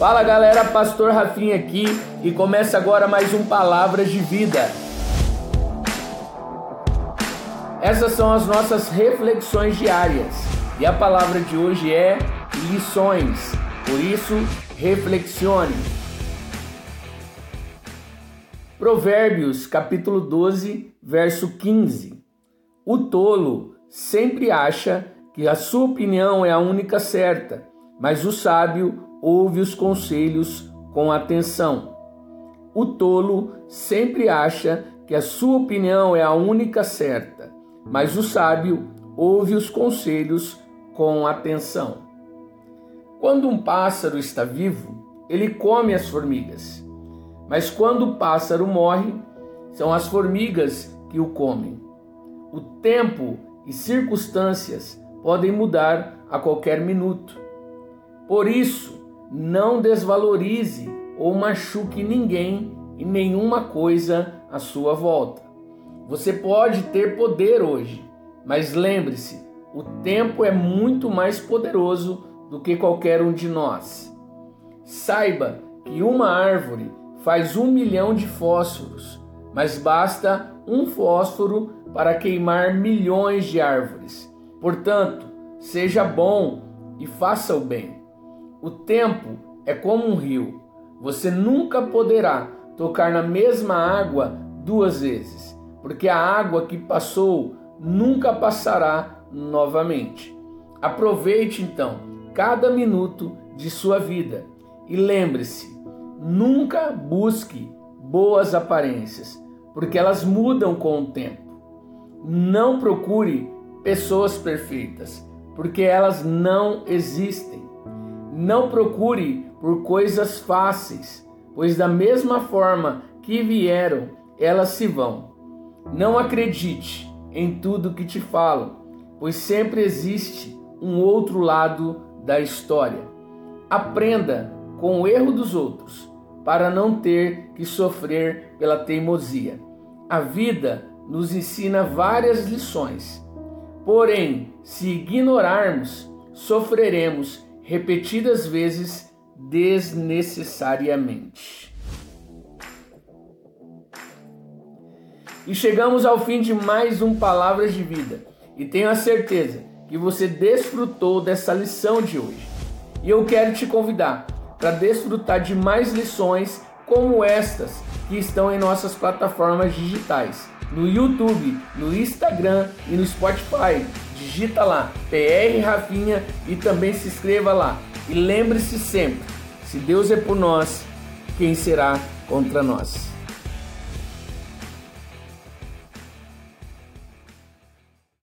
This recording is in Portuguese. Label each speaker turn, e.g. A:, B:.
A: Fala galera, Pastor Rafinha aqui e começa agora mais um Palavras de Vida. Essas são as nossas reflexões diárias e a palavra de hoje é lições, por isso reflexione. Provérbios capítulo 12, verso 15. O tolo sempre acha que a sua opinião é a única certa, mas o sábio ouve os conselhos com atenção. O tolo sempre acha que a sua opinião é a única certa, mas o sábio ouve os conselhos com atenção. Quando um pássaro está vivo, ele come as formigas, mas quando o pássaro morre, são as formigas que o comem. O tempo e circunstâncias podem mudar a qualquer minuto. Por isso, não desvalorize ou machuque ninguém e nenhuma coisa à sua volta. Você pode ter poder hoje, mas lembre-se, o tempo é muito mais poderoso do que qualquer um de nós. Saiba que uma árvore faz 1 milhão de fósforos, mas basta um fósforo para queimar milhões de árvores. Portanto, seja bom e faça o bem. O tempo é como um rio. Você nunca poderá tocar na mesma água 2 vezes, porque a água que passou nunca passará novamente. Aproveite então cada minuto de sua vida e lembre-se, nunca busque boas aparências, porque elas mudam com o tempo. Não procure pessoas perfeitas, porque elas não existem. Não procure por coisas fáceis, pois da mesma forma que vieram, elas se vão. Não acredite em tudo que te falam, pois sempre existe um outro lado da história. Aprenda com o erro dos outros, para não ter que sofrer pela teimosia. A vida nos ensina várias lições, porém, se ignorarmos, sofreremos repetidas vezes desnecessariamente. E chegamos ao fim de mais um Palavras de Vida, e tenho a certeza que você desfrutou dessa lição de hoje. E eu quero te convidar para desfrutar de mais lições como estas que estão em nossas plataformas digitais, no YouTube, no Instagram e no Spotify. Digita lá, PR Rafinha, e também se inscreva lá. E lembre-se sempre, se Deus é por nós, quem será contra nós?